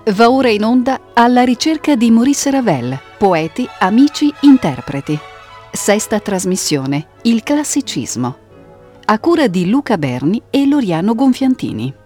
Va ora in onda Alla ricerca di Maurice Ravel, poeti, amici, interpreti. Sesta trasmissione, Il classicismo. A cura di Luca Berni e Loriano Gonfiantini.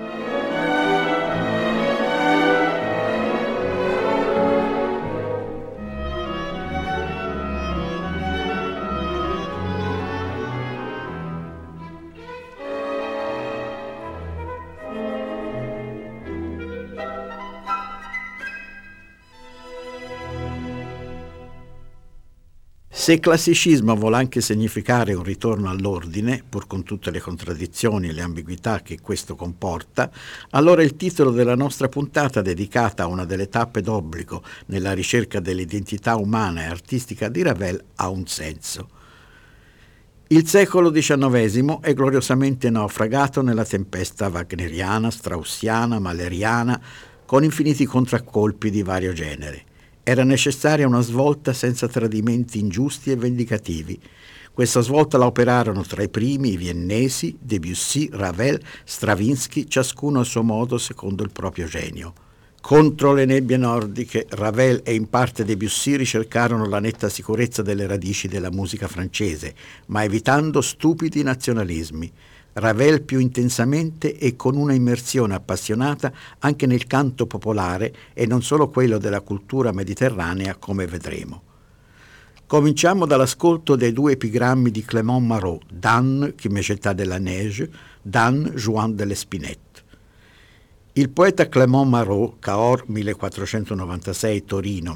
Se classicismo vuole anche significare un ritorno all'ordine, pur con tutte le contraddizioni e le ambiguità che questo comporta, allora il titolo della nostra puntata, dedicata a una delle tappe d'obbligo nella ricerca dell'identità umana e artistica di Ravel, ha un senso. Il secolo XIX è gloriosamente naufragato nella tempesta wagneriana, straussiana, mahleriana, con infiniti contraccolpi di vario genere. Era necessaria una svolta senza tradimenti ingiusti e vendicativi. Questa svolta la operarono tra i primi i viennesi, Debussy, Ravel, Stravinsky, ciascuno a suo modo secondo il proprio genio. Contro le nebbie nordiche, Ravel e in parte Debussy ricercarono la netta sicurezza delle radici della musica francese, ma evitando stupidi nazionalismi. Ravel più intensamente e con una immersione appassionata anche nel canto popolare e non solo quello della cultura mediterranea, come vedremo. Cominciamo dall'ascolto dei due epigrammi di Clément Marot, Dan, qui me jeta de la neige, Dan, Juan de l'Espinette. Il poeta Clément Marot, Cahors 1496, Torino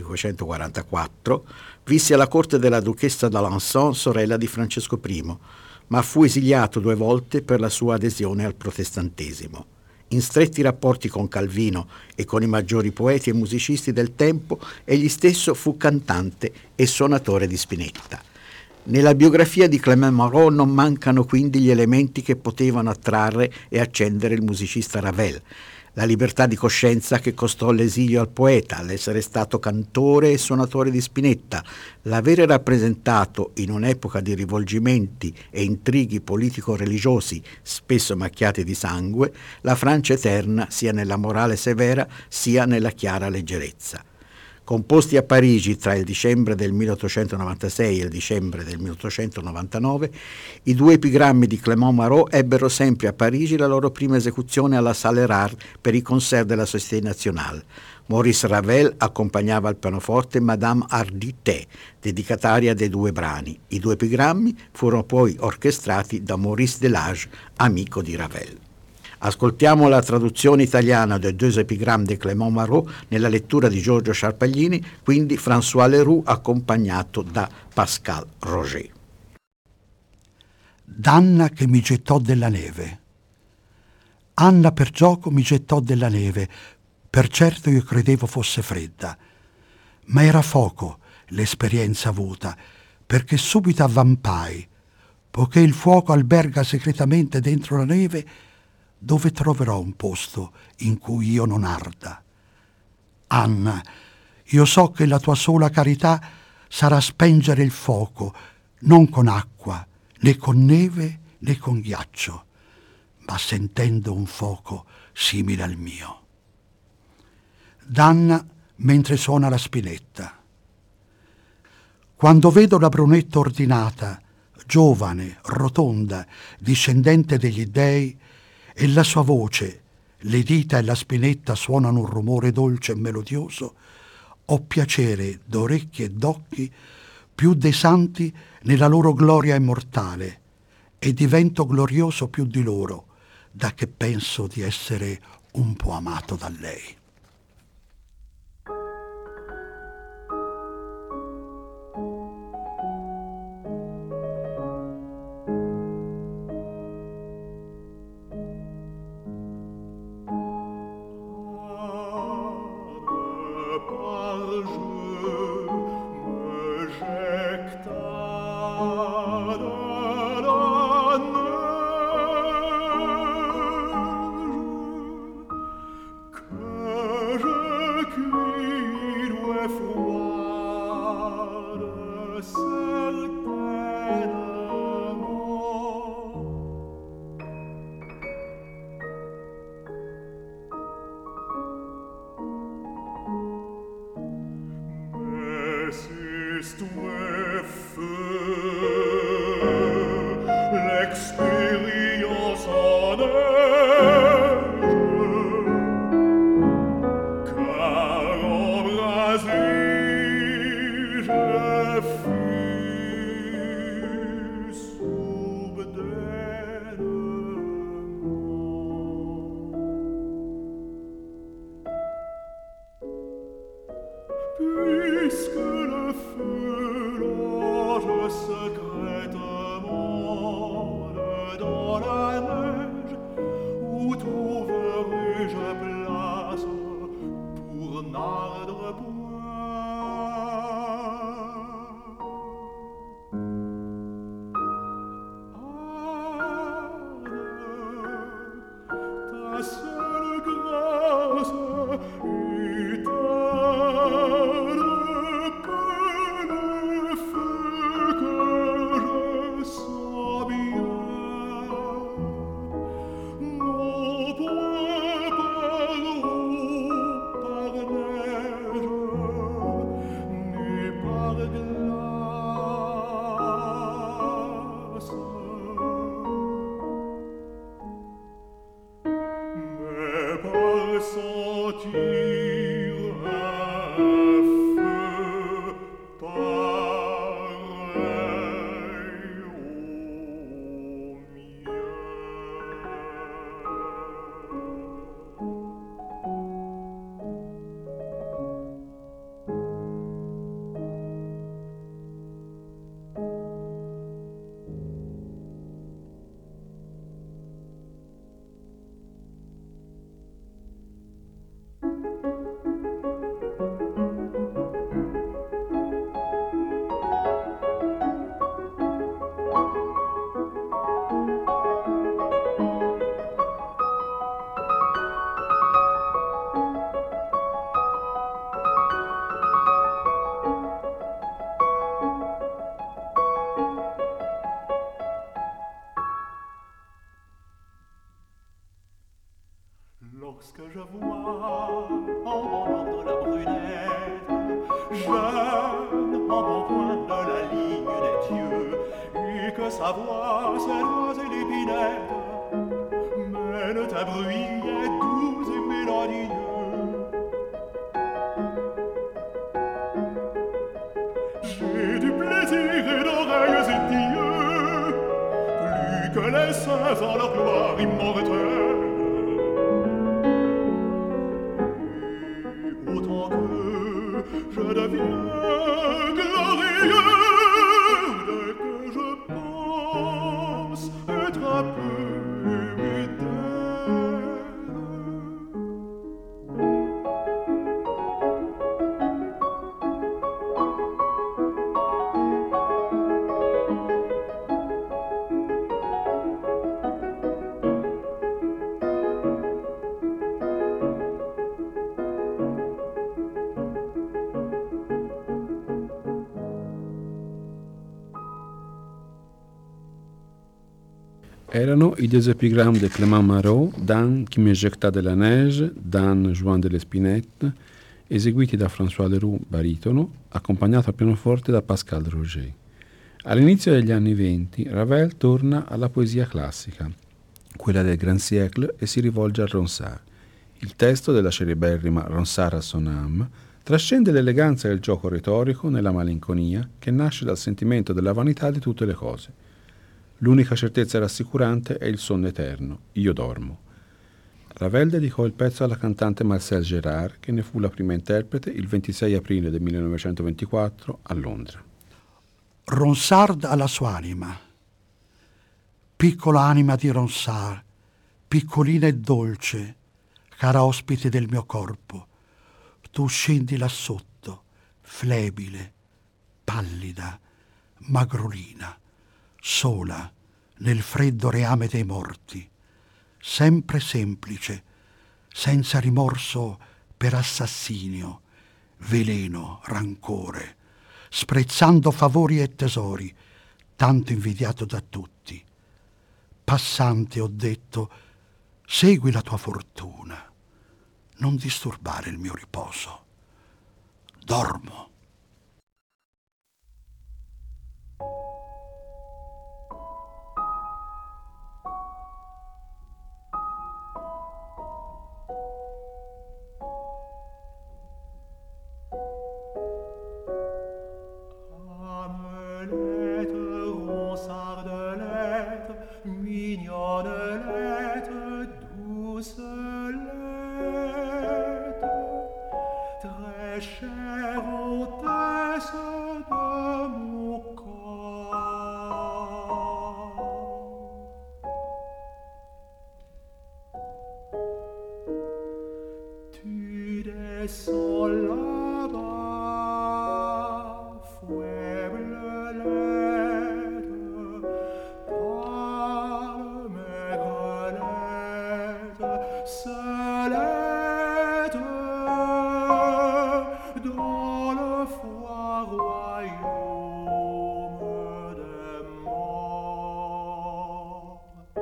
1544, visse alla corte della duchessa d'Alençon, sorella di Francesco I, ma fu esiliato 2 volte per la sua adesione al protestantesimo. In stretti rapporti con Calvino e con i maggiori poeti e musicisti del tempo, egli stesso fu cantante e suonatore di spinetta. Nella biografia di Clément Marot non mancano quindi gli elementi che potevano attrarre e accendere il musicista Ravel. La libertà di coscienza che costò l'esilio al poeta, l'essere stato cantore e suonatore di spinetta, l'avere rappresentato in un'epoca di rivolgimenti e intrighi politico-religiosi spesso macchiati di sangue, la Francia eterna sia nella morale severa sia nella chiara leggerezza. Composti a Parigi tra il dicembre del 1896 e il dicembre del 1899, i due epigrammi di Clément Marot ebbero sempre a Parigi la loro prima esecuzione alla Salle Rare per i concert della Société Nationale. Maurice Ravel accompagnava al pianoforte Madame Ardité, dedicataria dei due brani. I due epigrammi furono poi orchestrati da Maurice Delage, amico di Ravel. Ascoltiamo la traduzione italiana dei deux épigrammes di Clément Marot nella lettura di Giorgio Sciarpaglini, quindi François Leroux accompagnato da Pascal Roger. D'Anna che mi gettò della neve. Anna per gioco mi gettò della neve, per certo io credevo fosse fredda, ma era foco l'esperienza avuta, perché subito avvampai, poiché il fuoco alberga segretamente dentro la neve, dove troverò un posto in cui io non arda. Anna, io so che la tua sola carità sarà spengere il fuoco, non con acqua, né con neve, né con ghiaccio, ma sentendo un fuoco simile al mio. D'Anna mentre suona la spinetta. Quando vedo la brunetta ordinata, giovane, rotonda, discendente degli dèi, e la sua voce, le dita e la spinetta suonano un rumore dolce e melodioso, ho piacere d'orecchi e d'occhi più dei santi nella loro gloria immortale e divento glorioso più di loro, da che penso di essere un po' amato da lei. Que Lorsque je vois en bord de la brunette, jeune en bon point de la ligne des dieux, et que sa voix s'éloigne l'épinette, mène un bruit doux et mélodieux. J'ai du plaisir et d'oreilles et d'yeux, plus que les saints en leur gloire immortelle. Je deviens glorieux dès que je pense être un peu éternel. Erano i Deux épigrammes de Clément Marot, dans Qui me jeta de la neige, dans Juan de l'Espinette, eseguiti da François Leroux, baritono, accompagnato al pianoforte da Pascal Roger. All'inizio degli anni '20, Ravel torna alla poesia classica, quella del Grand Siècle, e si rivolge a Ronsard. Il testo della celeberrima Ronsard à son âme trascende l'eleganza del gioco retorico nella malinconia che nasce dal sentimento della vanità di tutte le cose. L'unica certezza rassicurante è il sonno eterno, io dormo. Ravel dedicò il pezzo alla cantante Marcelle Gérard, che ne fu la prima interprete il 26 aprile del 1924 a Londra. Ronsard alla sua anima. Piccola anima di Ronsard, piccolina e dolce, cara ospite del mio corpo, tu scendi là sotto, flebile, pallida, magrolina, sola nel freddo reame dei morti, sempre semplice, senza rimorso per assassinio, veleno, rancore, sprezzando favori e tesori, tanto invidiato da tutti. Passante, ho detto, segui la tua fortuna, non disturbare il mio riposo. Dormo. chère hôtesse de mon corps. Tu descends là-bas, faible lettre, pâle maigre lettre, seulette, dans le froid royaume des morts.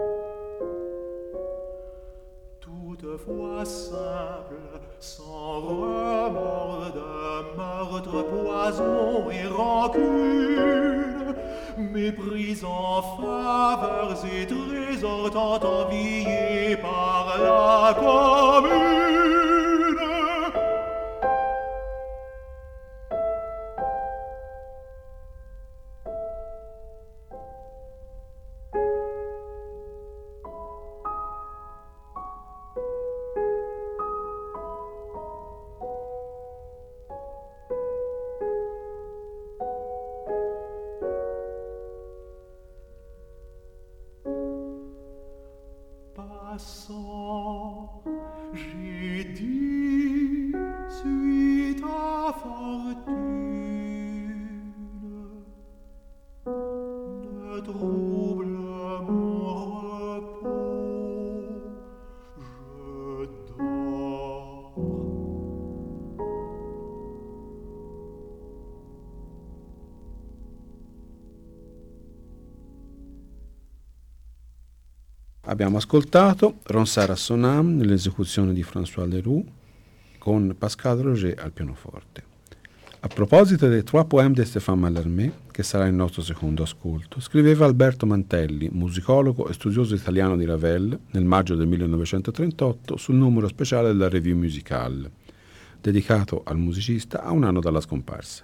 Toutefois simple, sans remords de meurtre, poison et rancune, méprisant faveurs et trésors tant enviés par la commune. Passant, j'ai dit, suis ta fortune, ne trouble mon repos, je dors. Abbiamo ascoltato Ronsard à son âme nell'esecuzione di François Leroux con Pascal Roger al pianoforte. A proposito dei Trois Poèmes di Stéphane Mallarmé, che sarà il nostro secondo ascolto, scriveva Alberto Mantelli, musicologo e studioso italiano di Ravel, nel maggio del 1938 sul numero speciale della Revue Musicale, dedicato al musicista a un anno dalla scomparsa.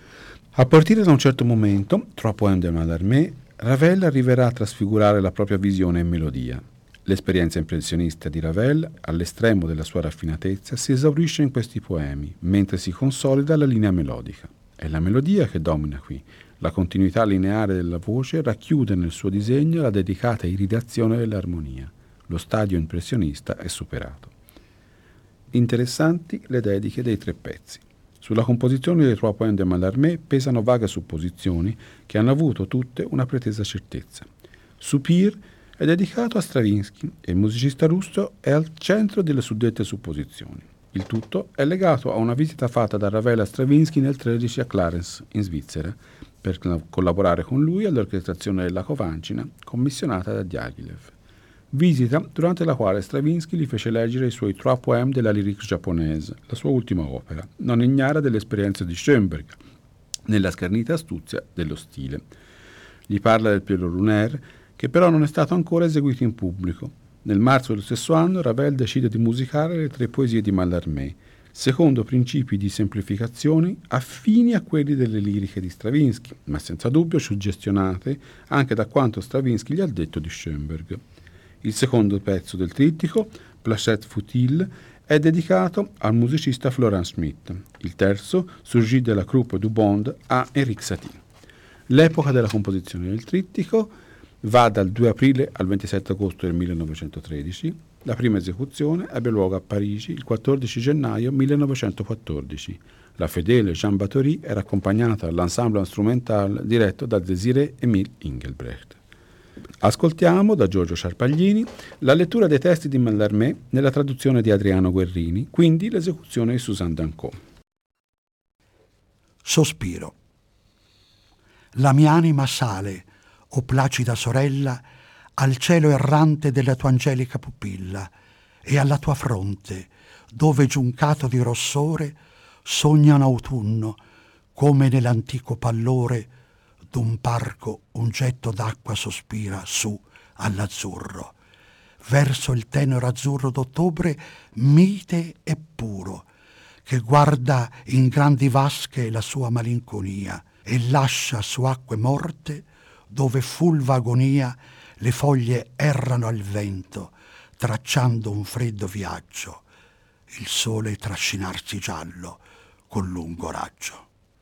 A partire da un certo momento, Trois Poèmes de Mallarmé, Ravel arriverà a trasfigurare la propria visione in melodia. L'esperienza impressionista di Ravel, all'estremo della sua raffinatezza, si esaurisce in questi poemi, mentre si consolida la linea melodica. È la melodia che domina qui. La continuità lineare della voce racchiude nel suo disegno la dedicata iridazione dell'armonia. Lo stadio impressionista è superato. Interessanti le dediche dei tre pezzi. Sulla composizione dei Trois Poèmes de Mallarmé pesano vaghe supposizioni che hanno avuto tutte una pretesa certezza. Soupir è dedicato a Stravinsky e il musicista russo è al centro delle suddette supposizioni. Il tutto è legato a una visita fatta da Ravel a Stravinsky nel 13 a Clarens, in Svizzera, per collaborare con lui all'orchestrazione della Covancina, commissionata da Diaghilev. Visita durante la quale Stravinsky gli fece leggere i suoi Trois Poèmes de la lyrique japonaise, la sua ultima opera, non ignara dell'esperienza di Schoenberg, nella schernita astuzia dello stile. Gli parla del Pierrot Lunaire, che però non è stato ancora eseguito in pubblico. Nel marzo dello stesso anno Ravel decide di musicare le tre poesie di Mallarmé, secondo principi di semplificazione affini a quelli delle liriche di Stravinsky, ma senza dubbio suggestionate anche da quanto Stravinsky gli ha detto di Schoenberg. Il secondo pezzo del trittico, Placette Futile, è dedicato al musicista Florent Schmitt. Il terzo, Surgit de la Croupe du Bond, a Éric Satie. L'epoca della composizione del trittico va dal 2 aprile al 27 agosto del 1913. La prima esecuzione ebbe luogo a Parigi il 14 gennaio 1914. La fedele Jean Bathory era accompagnata dall'ensemble instrumental diretto da Désiré-Émile Engelbrecht. Ascoltiamo da Giorgio Sciarpaglini la lettura dei testi di Mallarmé nella traduzione di Adriano Guerrini, quindi l'esecuzione di Suzanne Danco. Sospiro. La mia anima sale, o placida sorella, al cielo errante della tua angelica pupilla e alla tua fronte, dove giuncato di rossore sogna un autunno, come nell'antico pallore d'un parco un getto d'acqua sospira su all'azzurro, verso il tenero azzurro d'ottobre mite e puro, che guarda in grandi vasche la sua malinconia e lascia su acque morte, dove fulva agonia le foglie errano al vento, tracciando un freddo viaggio, il sole trascinarsi giallo, con lungo raggio.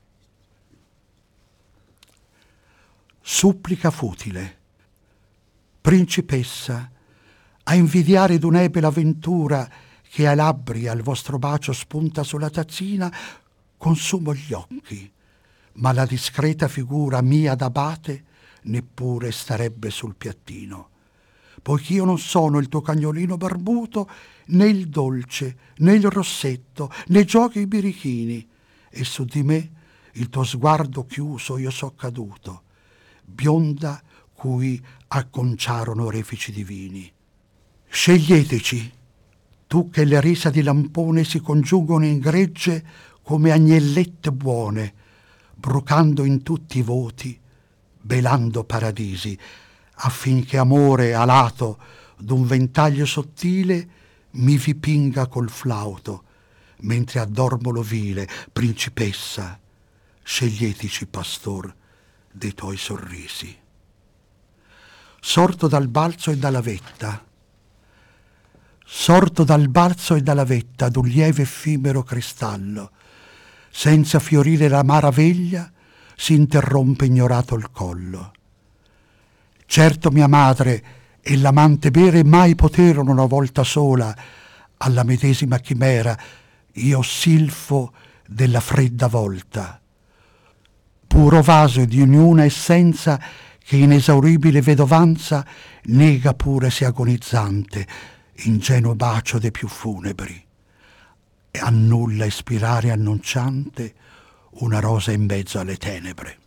Supplica futile. Principessa, a invidiare d'un'ebe l'avventura che ai labbri e al vostro bacio spunta sulla tazzina, consumo gli occhi, ma la discreta figura mia d'abate neppure starebbe sul piattino, poich'io non sono il tuo cagnolino barbuto, né il dolce, né il rossetto, né giochi i birichini, e su di me il tuo sguardo chiuso io so caduto, bionda cui acconciarono orefici divini. Sceglieteci, tu che le risa di lampone si congiungono in gregge come agnellette buone, brucando in tutti i voti, belando paradisi, affinché amore alato d'un ventaglio sottile mi vi pinga col flauto, mentre addormo l'ovile, principessa, sceglietici, pastor, dei tuoi sorrisi. Sorto dal balzo e dalla vetta, sorto dal balzo e dalla vetta d'un lieve effimero cristallo, senza fiorire l'amara veglia, si interrompe ignorato il collo. Certo mia madre e l'amante bere mai poterono una volta sola alla medesima chimera, io silfo della fredda volta. Puro vaso di ognuna essenza che inesauribile vedovanza nega pure se agonizzante, ingenuo bacio dei più funebri, e annulla espirare annunciante una rosa in mezzo alle tenebre.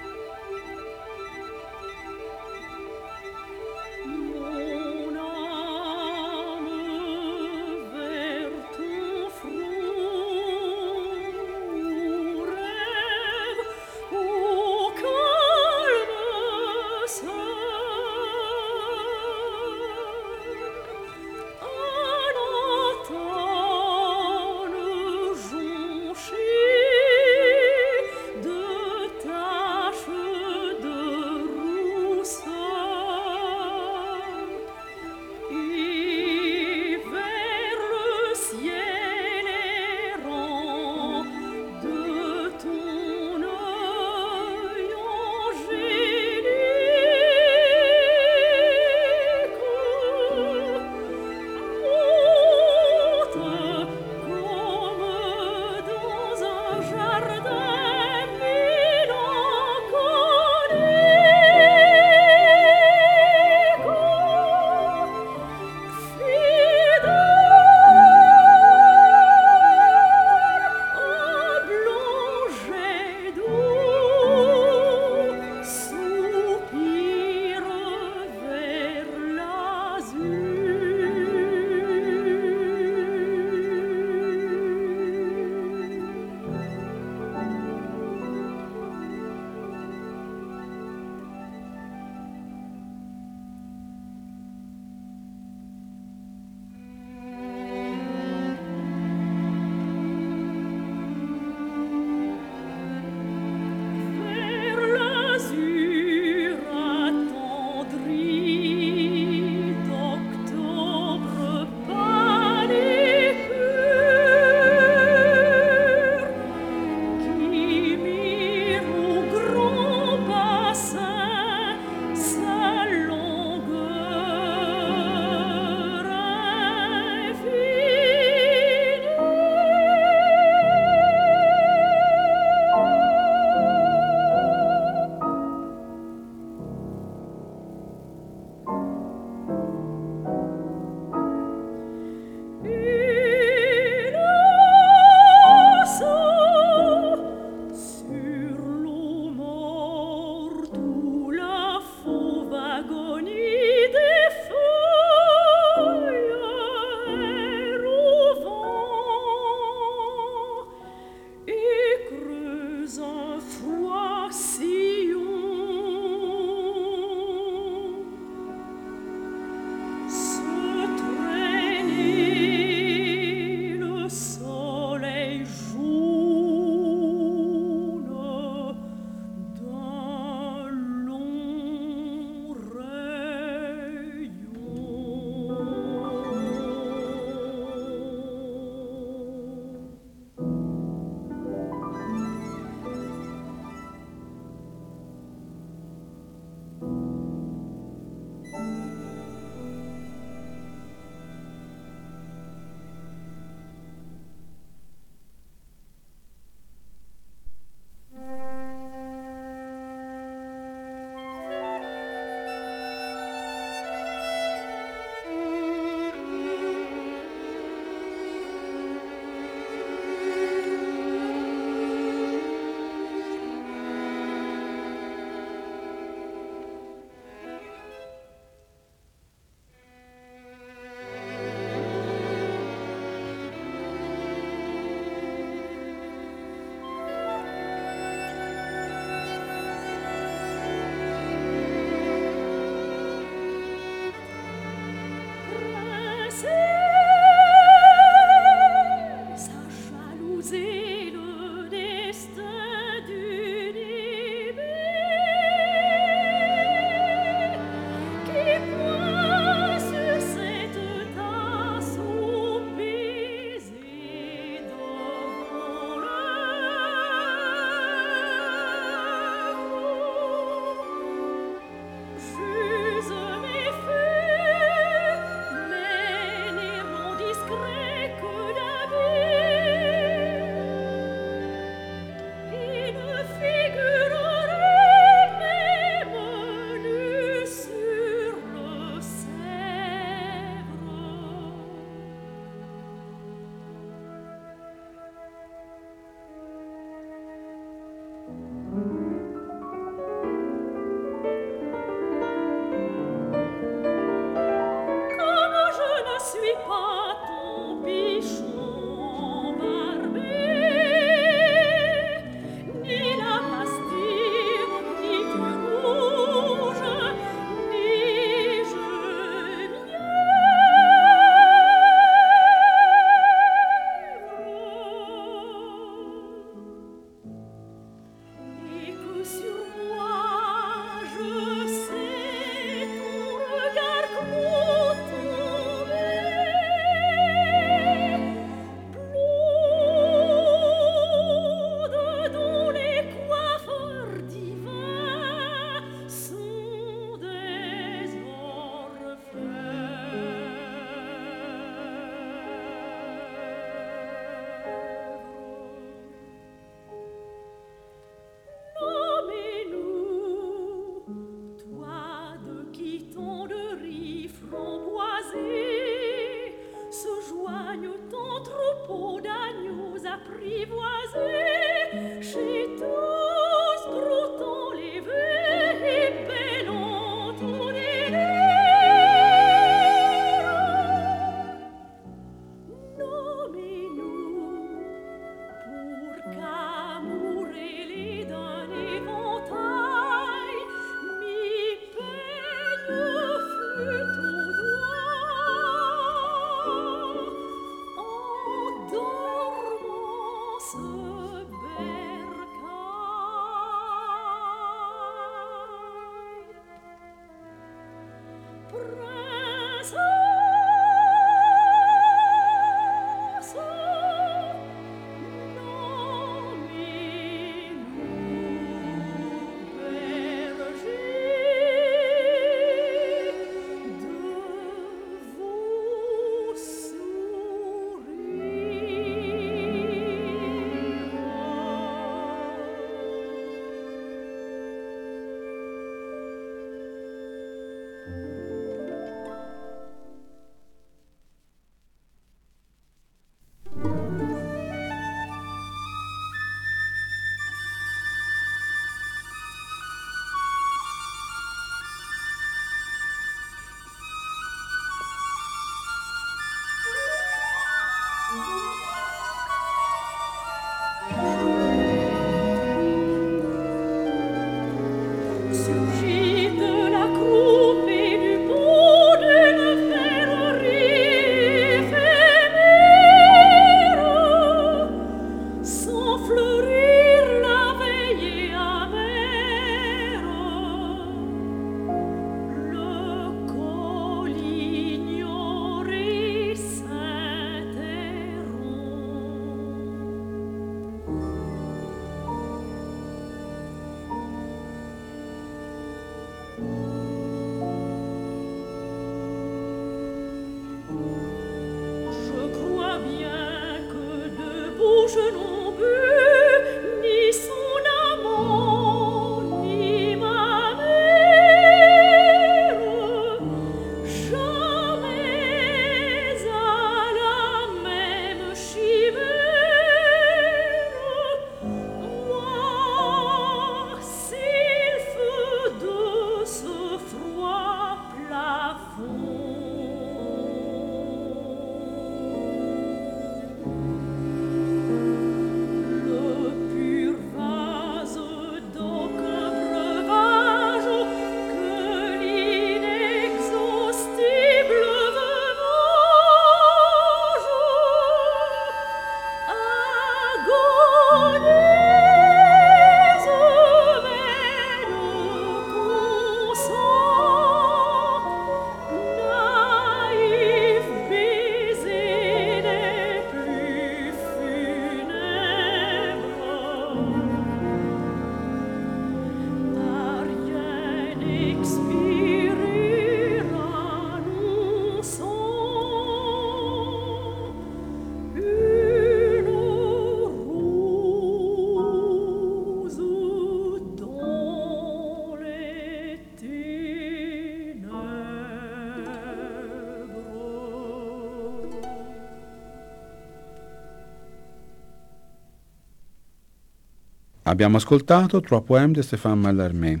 Abbiamo ascoltato Trois Poèmes di Stéphane Mallarmé.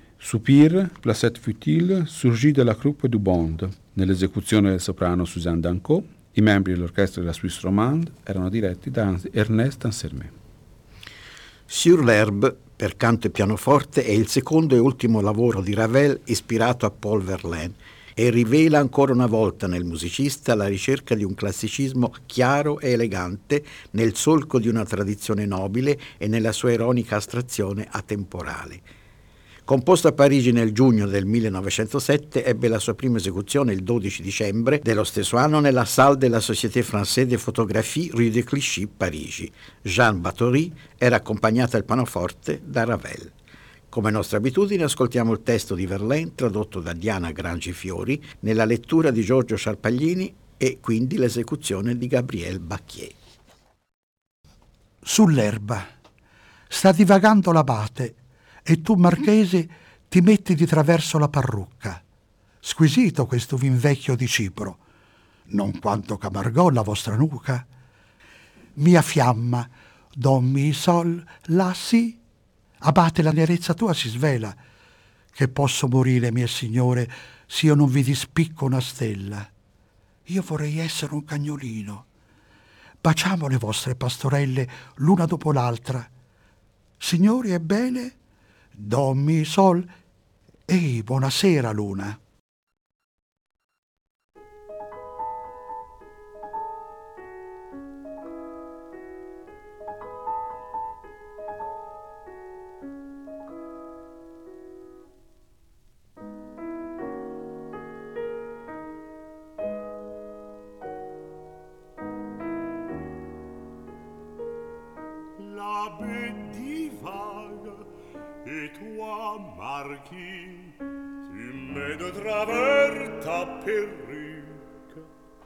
Soupir, Placette Futile, Surgit de la Croupe du Bond, nell'esecuzione del soprano Suzanne Danco. I membri dell'orchestra della Suisse Romande erano diretti da Ernest Ansermet. Sur l'herbe, per canto e pianoforte, è il secondo e ultimo lavoro di Ravel ispirato a Paul Verlaine e rivela ancora una volta nel musicista la ricerca di un classicismo chiaro e elegante nel solco di una tradizione nobile e nella sua ironica astrazione atemporale. Composto a Parigi nel giugno del 1907, ebbe la sua prima esecuzione il 12 dicembre dello stesso anno nella Salle de la Société Française de Photographie Rue de Clichy, Parigi. Jean Bathory era accompagnata al pianoforte da Ravel. Come nostra abitudine ascoltiamo il testo di Verlaine tradotto da Diana Grangi-Fiori nella lettura di Giorgio Sciarpaglini e quindi l'esecuzione di Gabriel Bacquier. Sull'erba sta divagando l'abate e tu, marchese, ti metti di traverso la parrucca. Squisito questo vin vecchio di Cipro, non quanto Camargò la vostra nuca. Mia fiamma, do mi sol, la si. Abate, la nerezza tua si svela, che posso morire, mie signore, s'io non vi dispicco una stella. Io vorrei essere un cagnolino. Baciamo le vostre pastorelle l'una dopo l'altra. Signori, ebbene? Do, mi, sol. Ehi, buonasera, luna. marquis, tu mets de travers ta perruque.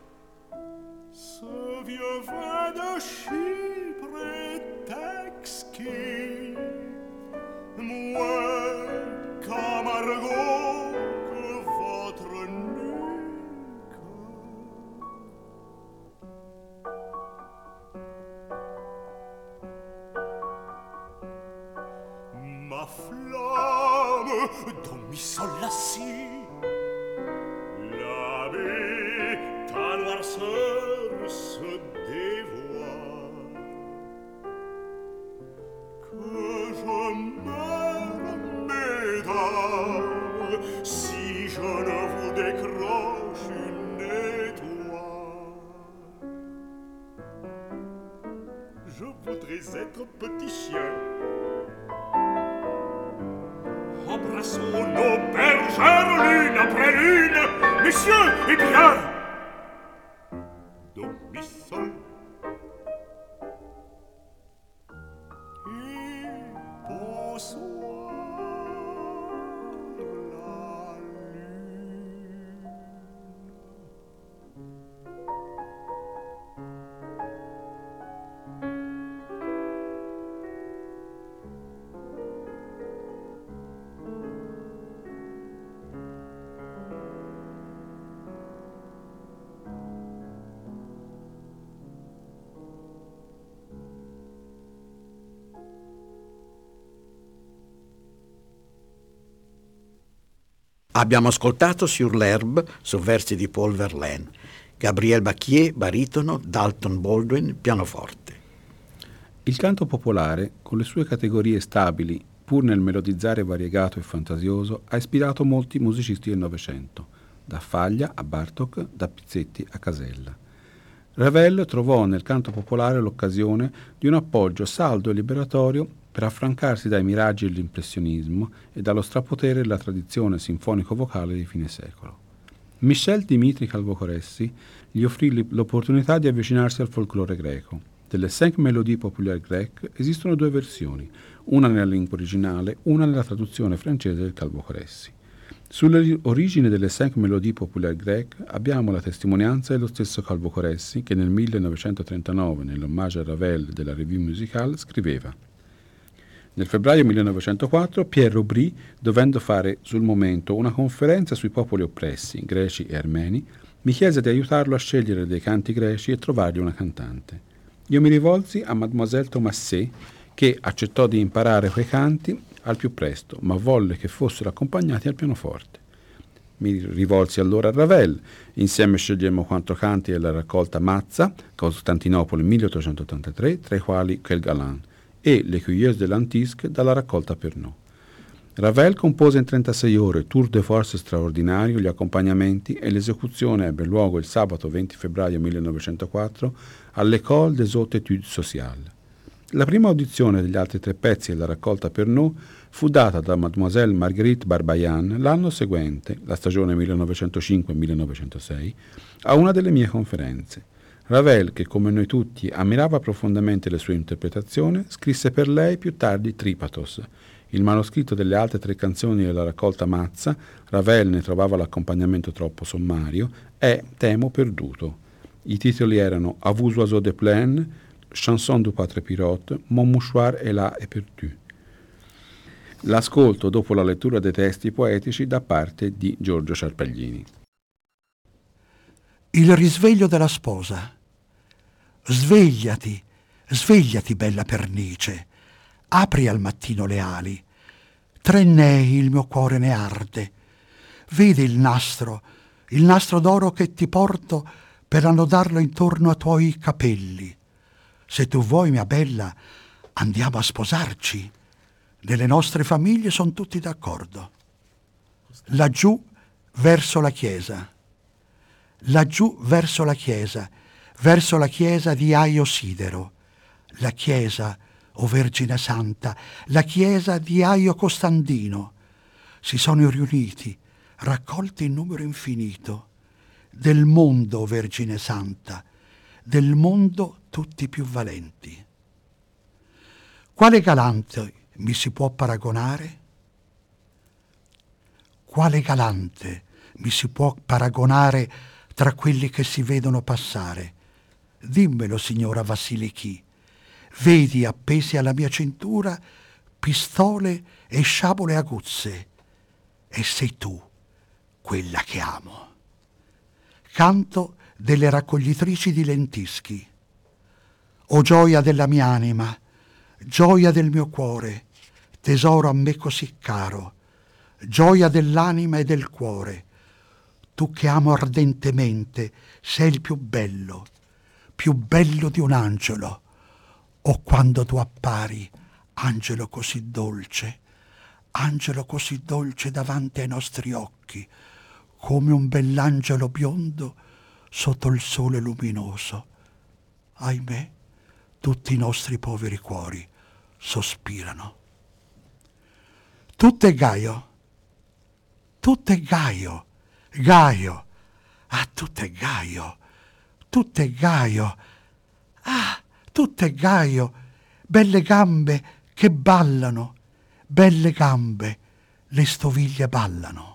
Ce vieux vin de Chypre est exquis, moins qu'amargot que votre nuque. Ma flamme dont mi solassi, l'habit ta noirceur se dévoile, que je meure, mesdames, si je ne vous décroche une étoile. Je voudrais être petit chien, embrassons nos bergères l'une après l'une. Messieurs, eh bien, do, mi, sol. Et bonsoir, la lune. Abbiamo ascoltato Sur l'herbe su versi di Paul Verlaine, Gabriel Bacquier, baritono, Dalton Baldwin, pianoforte. Il canto popolare, con le sue categorie stabili, pur nel melodizzare variegato e fantasioso, ha ispirato molti musicisti del Novecento, da Faglia a Bartók, da Pizzetti a Casella. Ravel trovò nel canto popolare l'occasione di un appoggio saldo e liberatorio per affrancarsi dai miraggi dell'impressionismo e dallo strapotere della tradizione sinfonico-vocale di fine secolo. Michel Dimitri Calvocoressi gli offrì l'opportunità di avvicinarsi al folklore greco. Delle 5 mélodies populaires grecque esistono 2 versioni, una nella lingua originale, una nella traduzione francese del Calvocoressi. Sulle origini delle 5 mélodies populaires grecque abbiamo la testimonianza dello stesso Calvocoressi che nel 1939, nell'omaggio a Ravel della Revue Musicale, scriveva: nel febbraio 1904 Pierre Aubry, dovendo fare sul momento una conferenza sui popoli oppressi, greci e armeni, mi chiese di aiutarlo a scegliere dei canti greci e trovargli una cantante. Io mi rivolsi a Mademoiselle Thomasset, che accettò di imparare quei canti al più presto, ma volle che fossero accompagnati al pianoforte. Mi rivolsi allora a Ravel, insieme scegliemmo 4 canti della raccolta Mazza, Costantinopoli 1883, tra i quali Quel Galant, e Le Cueilleuses de l'Antisque dalla raccolta Pernod. Ravel compose in 36 ore tour de force straordinario, gli accompagnamenti, e l'esecuzione ebbe luogo il sabato 20 febbraio 1904 all'École des Hautes Études Sociales. La prima audizione degli altri 3 pezzi della raccolta Pernod fu data da Mademoiselle Marguerite Barbayan l'anno seguente, la stagione 1905-1906, a una delle mie conferenze. Ravel, che come noi tutti ammirava profondamente le sue interpretazioni, scrisse per lei più tardi Tripathos. Il manoscritto delle altre 3 canzoni della raccolta Mazza, Ravel ne trovava l'accompagnamento troppo sommario, è Temo perduto. I titoli erano A vous oiseaux de plaine, Chanson du Pâtre Pirotte, Mon mouchoir est là et perdu. L'ascolto dopo la lettura dei testi poetici da parte di Giorgio Sciarpaglini. Il risveglio della sposa. Svegliati, svegliati, bella pernice, apri al mattino le ali. 3 nei il mio cuore ne arde. Vedi il nastro d'oro che ti porto per annodarlo intorno ai tuoi capelli. Se tu vuoi, mia bella, andiamo a sposarci. Nelle nostre famiglie sono tutti d'accordo. Laggiù verso la chiesa. Laggiù verso la chiesa di Aio Sidero, la chiesa, o Vergine Santa, la chiesa di Aio Costandino. Si sono riuniti, raccolti in numero infinito, del mondo, o Vergine Santa, del mondo tutti più valenti. Quale galante mi si può paragonare? quale galante mi si può paragonare tra quelli che si vedono passare? Dimmelo, signora Vasiliki. Vedi appesi alla mia cintura pistole e sciabole aguzze, e sei tu quella che amo. Canto delle raccoglitrici di lentischi. O gioia della mia anima, gioia del mio cuore, tesoro a me così caro, gioia dell'anima e del cuore, tu che amo ardentemente, sei il più bello di un angelo. O quando tu appari, angelo così dolce davanti ai nostri occhi, come un bell'angelo biondo sotto il sole luminoso. Ahimè, tutti i nostri poveri cuori sospirano. Tutto è Gaio, Gaio, ah, tutto è Gaio, ah, tutto è Gaio, belle gambe che ballano, belle gambe, le stoviglie ballano.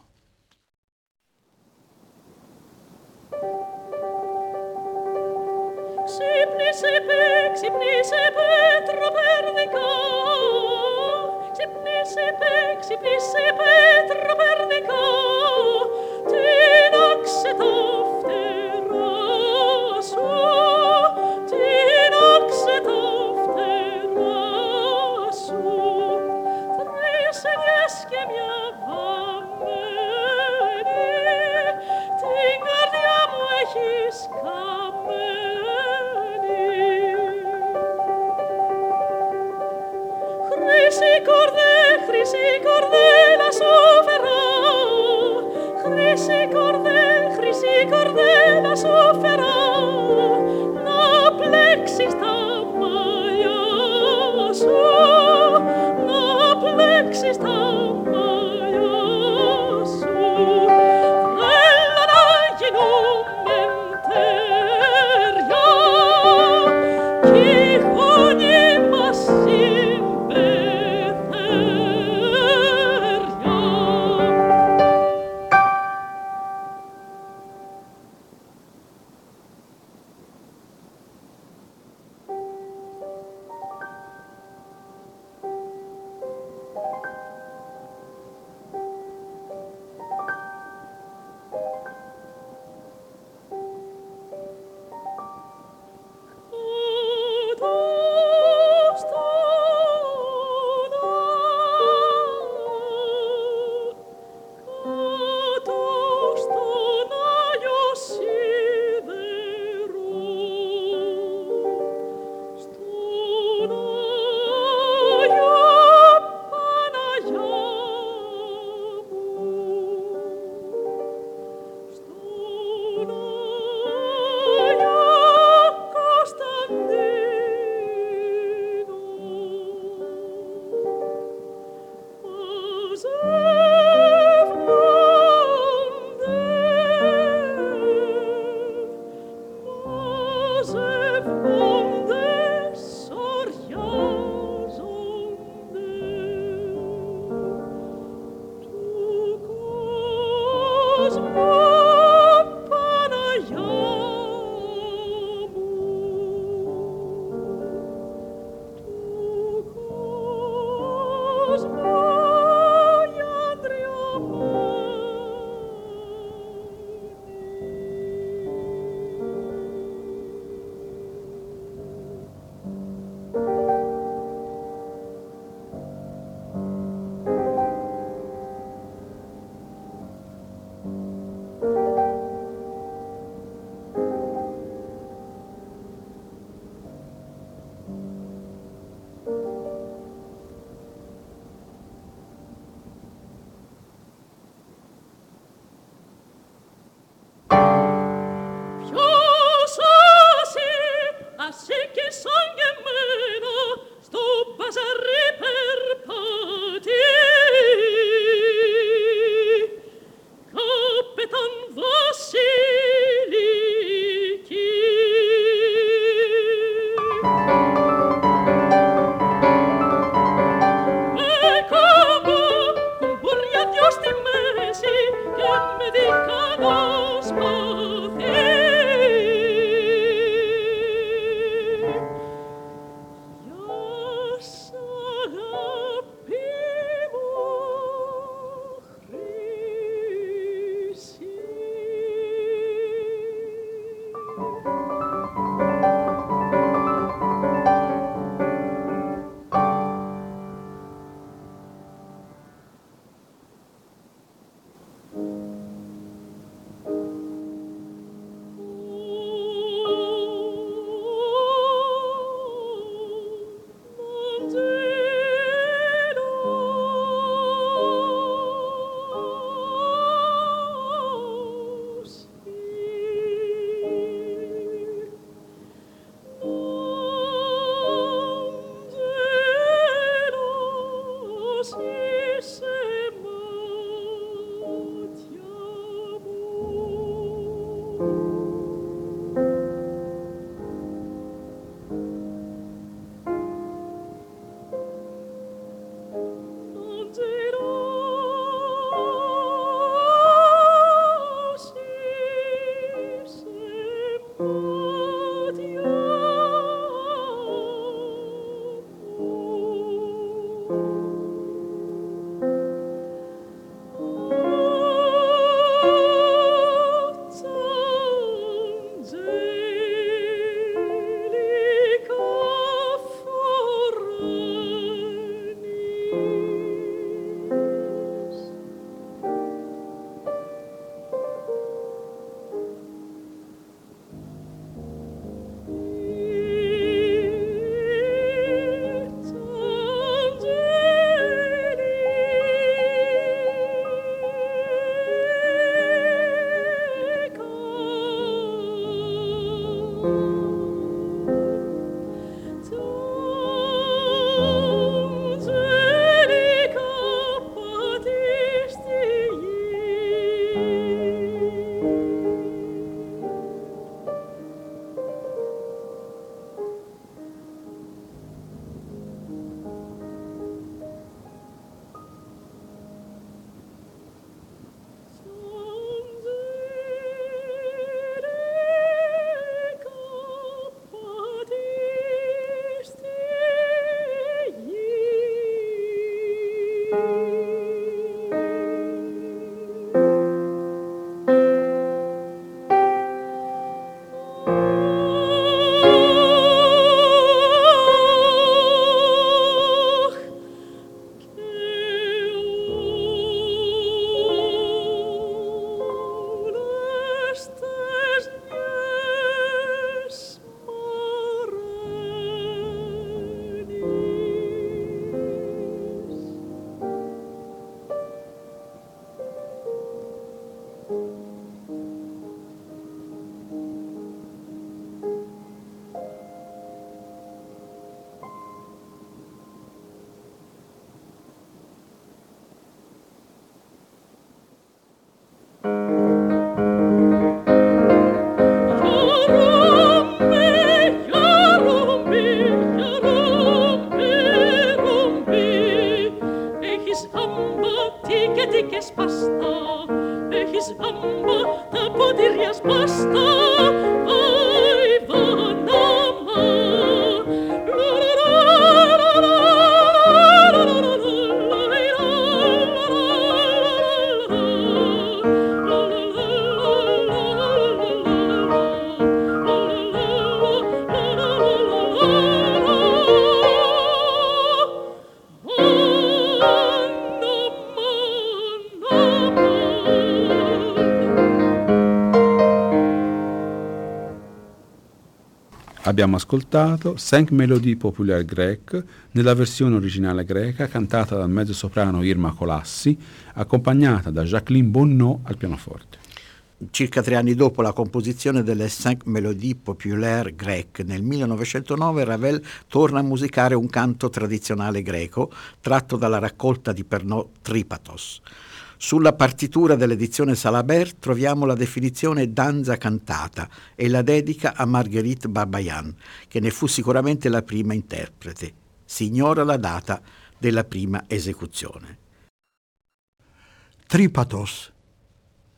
Abbiamo ascoltato Cinq Mélodies Populaires Grecques nella versione originale greca cantata dal mezzosoprano Irma Colassi, accompagnata da Jacqueline Bonneau al pianoforte. Circa 3 anni dopo la composizione delle Cinq Mélodies Populaires Grecques, nel 1909 Ravel torna a musicare un canto tradizionale greco tratto dalla raccolta di Pernod Tripathos. Sulla partitura dell'edizione Salabert troviamo la definizione danza cantata e la dedica a Marguerite Babayan, che ne fu sicuramente la prima interprete. Si ignora la data della prima esecuzione. Tripathos.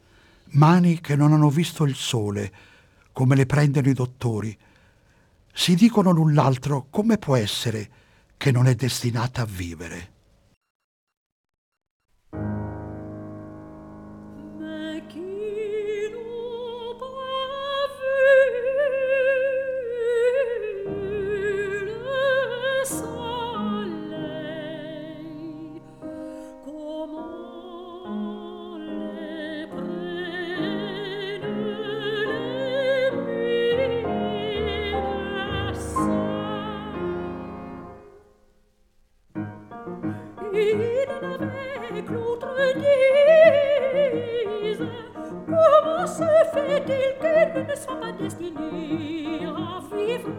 mani che non hanno visto il sole, come le prendono i dottori. Si dicono l'un l'altro come può essere che non è destinata a vivere. Comment se fait-il qu'elle ne soit pas destinée à vivre?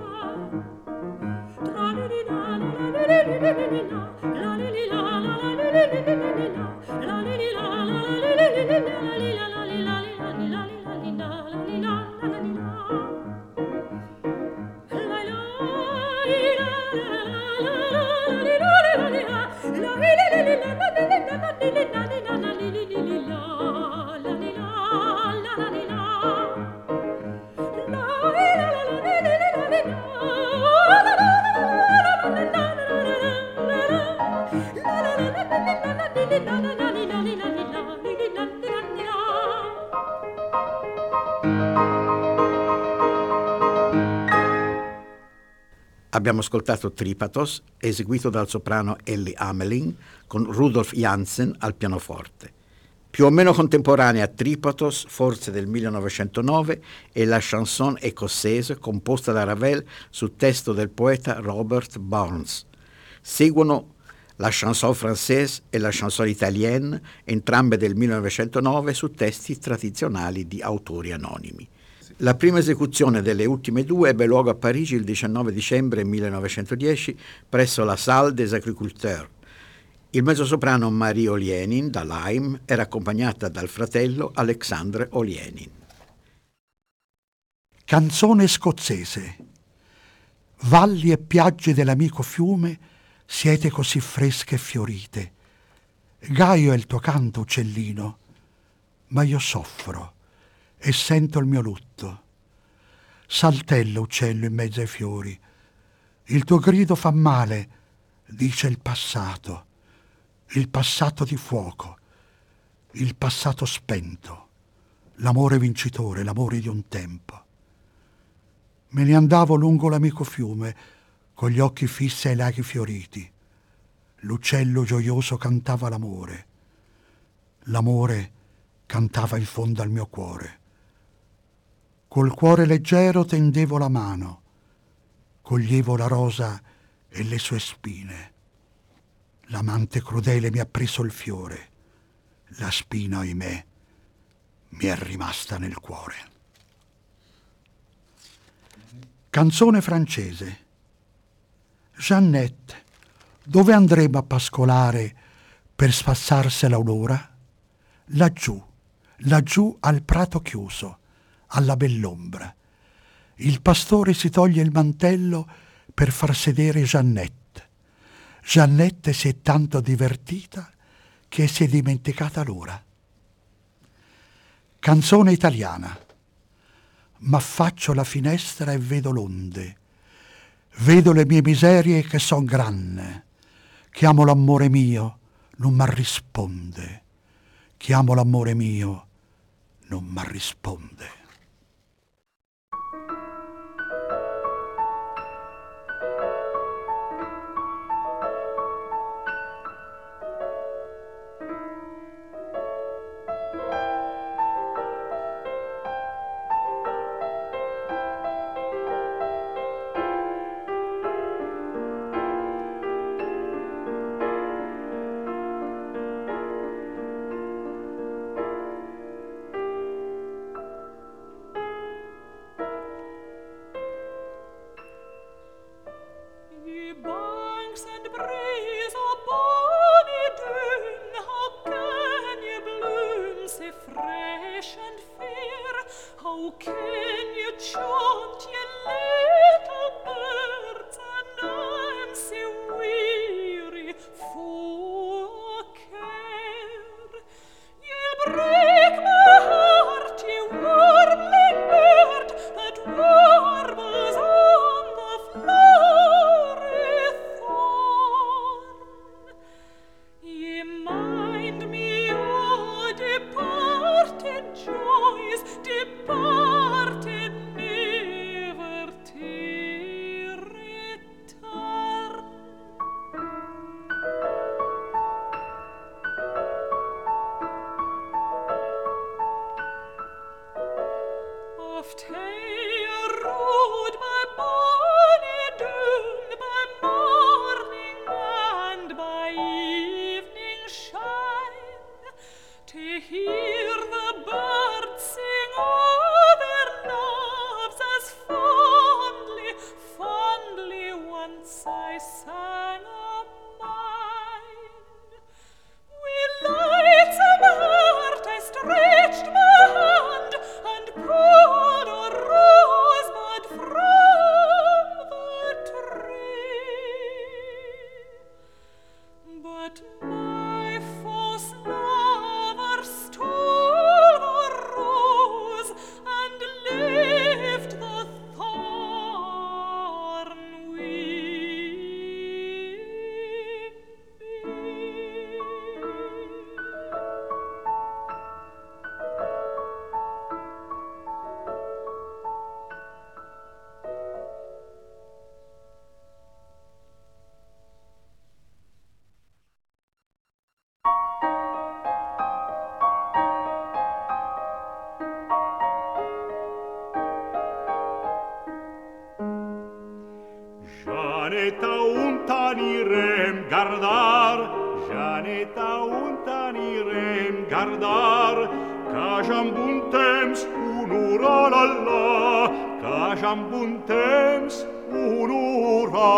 Abbiamo ascoltato Tripathos, eseguito dal soprano Ellie Amelin, con Rudolf Jansen al pianoforte. Più o meno contemporanea a Tripathos, forse del 1909, è la chanson écossaise composta da Ravel su testo del poeta Robert Burns. Seguono la chanson française e la chanson italienne, entrambe del 1909, su testi tradizionali di autori anonimi. La prima esecuzione delle ultime due ebbe luogo a Parigi il 19 dicembre 1910 presso la Salle des Agriculteurs. Il mezzosoprano Marie Olienin, da Lyme, era accompagnata dal fratello Alexandre Olienin. Canzone scozzese. Valli e piagge dell'amico fiume, siete così fresche e fiorite. Gaio è il tuo canto, uccellino, ma io soffro e sento il mio lutto. Saltella, uccello, in mezzo ai fiori. Il tuo grido fa male, dice il passato di fuoco, il passato spento, l'amore vincitore, l'amore di un tempo. Me ne andavo lungo l'amico fiume, con gli occhi fissi ai laghi fioriti. L'uccello gioioso cantava l'amore. L'amore cantava in fondo al mio cuore. Col cuore leggero tendevo la mano, coglievo la rosa e le sue spine. L'amante crudele mi ha preso il fiore, la spina, ahimè, mi è rimasta nel cuore. Canzone francese. Jeannette, dove andremo a pascolare per spassarsela un'ora? Laggiù, laggiù al prato chiuso, alla bell'ombra. Il pastore si toglie il mantello per far sedere Jeannette. Jeannette si è tanto divertita che si è dimenticata l'ora. Canzone italiana. M'affaccio alla finestra e vedo l'onde. Vedo le mie miserie che son granne. Chiamo l'amore mio, non m'arrisponde. Chiamo l'amore mio, non m'arrisponde. Break my heart Janeta untanirem gardar, Janeta untanirem gardar, ca jam bun temps unura lalla, ca jam bun temps unura.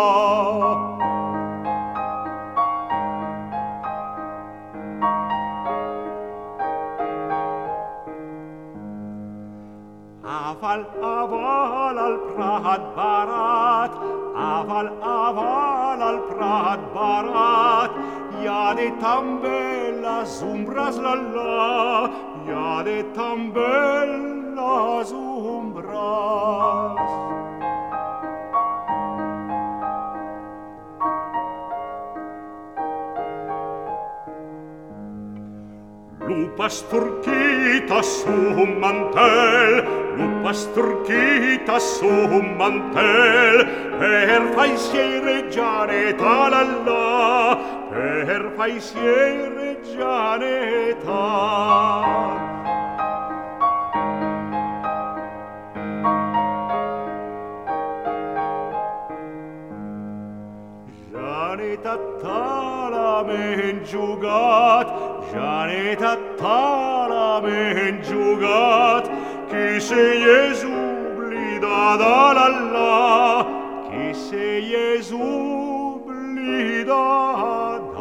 Aval al Prat barat, aval al Prat barat, ia de tan bellas umbras lalla, ia de tan bellas umbras. Lupas turquita su mantel, lupas turquita su mantel, per faisiere Janeta lalla, per faisiere Janeta. Janeta talamen jugat, Janeta talamen jugat, qui se Gesù blida da lalla, qui se Gesù blida da.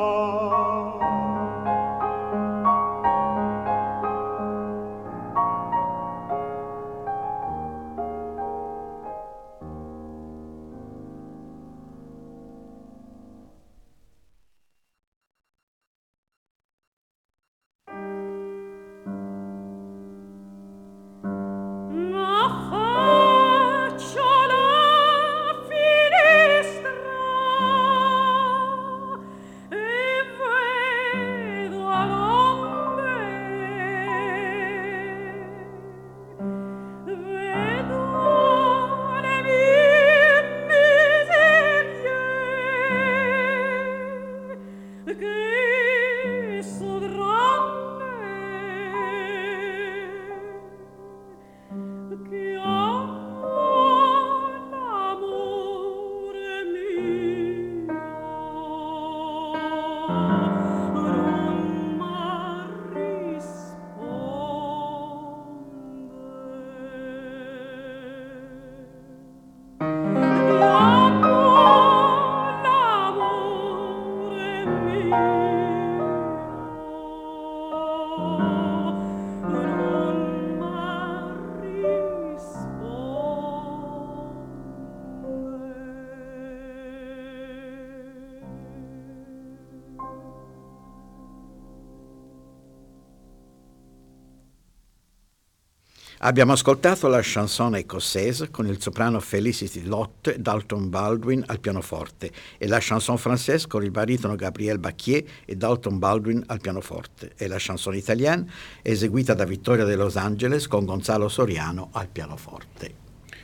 Abbiamo ascoltato la chanson écossaise con il soprano Felicity Lotte, Dalton Baldwin al pianoforte, e la chanson française con il baritono Gabriel Bacquier e Dalton Baldwin al pianoforte, e la chanson italienne eseguita da Vittoria de Los Angeles con Gonzalo Soriano al pianoforte.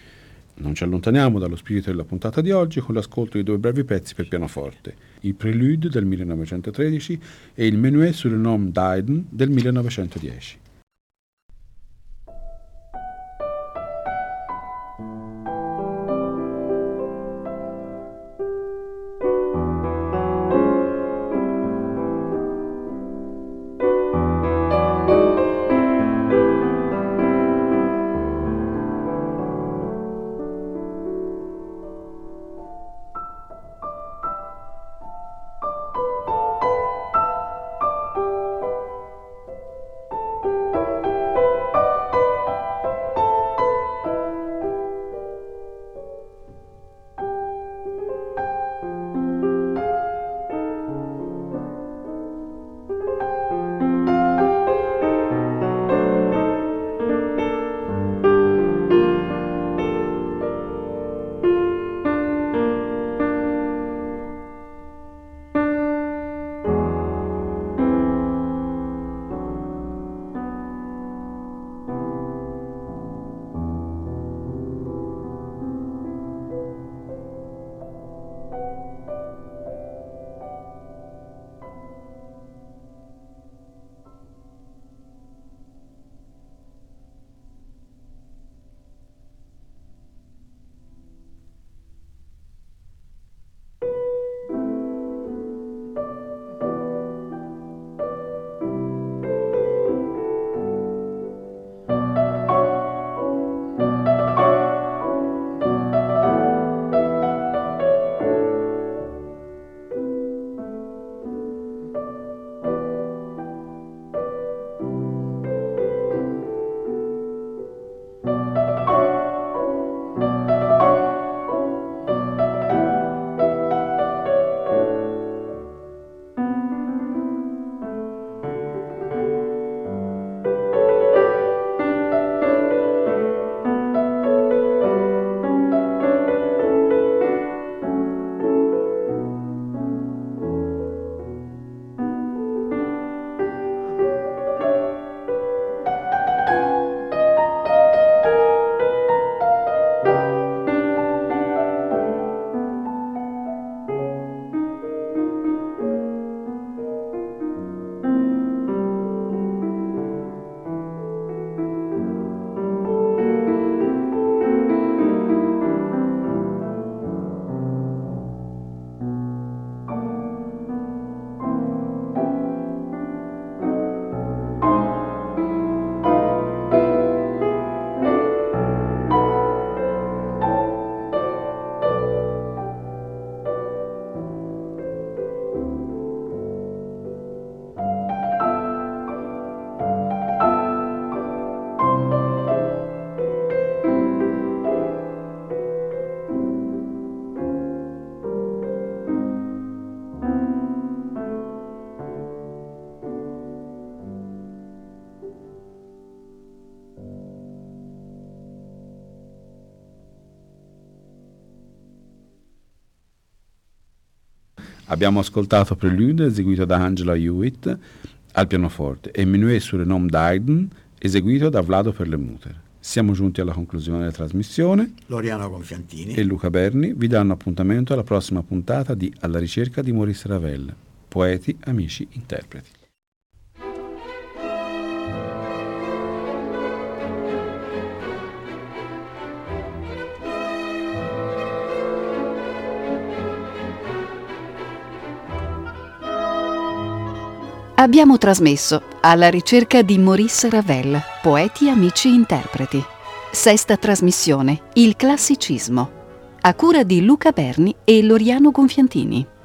Non ci allontaniamo dallo spirito della puntata di oggi con l'ascolto di due brevi pezzi per pianoforte, il Prelude del 1913 e il Menuet sur le nom d'Haydn del 1910. Abbiamo ascoltato Prelude eseguito da Angela Hewitt al pianoforte e Menuet sur le nom d'Haydn eseguito da Vlado Perlemuter. Siamo giunti alla conclusione della trasmissione. Loriano Gonfiantini e Luca Berni vi danno appuntamento alla prossima puntata di Alla ricerca di Maurice Ravel. Poeti, amici, interpreti. Abbiamo trasmesso Alla ricerca di Maurice Ravel, Poeti, amici, interpreti. Sesta trasmissione, Il classicismo, a cura di Luca Berni e Loriano Gonfiantini.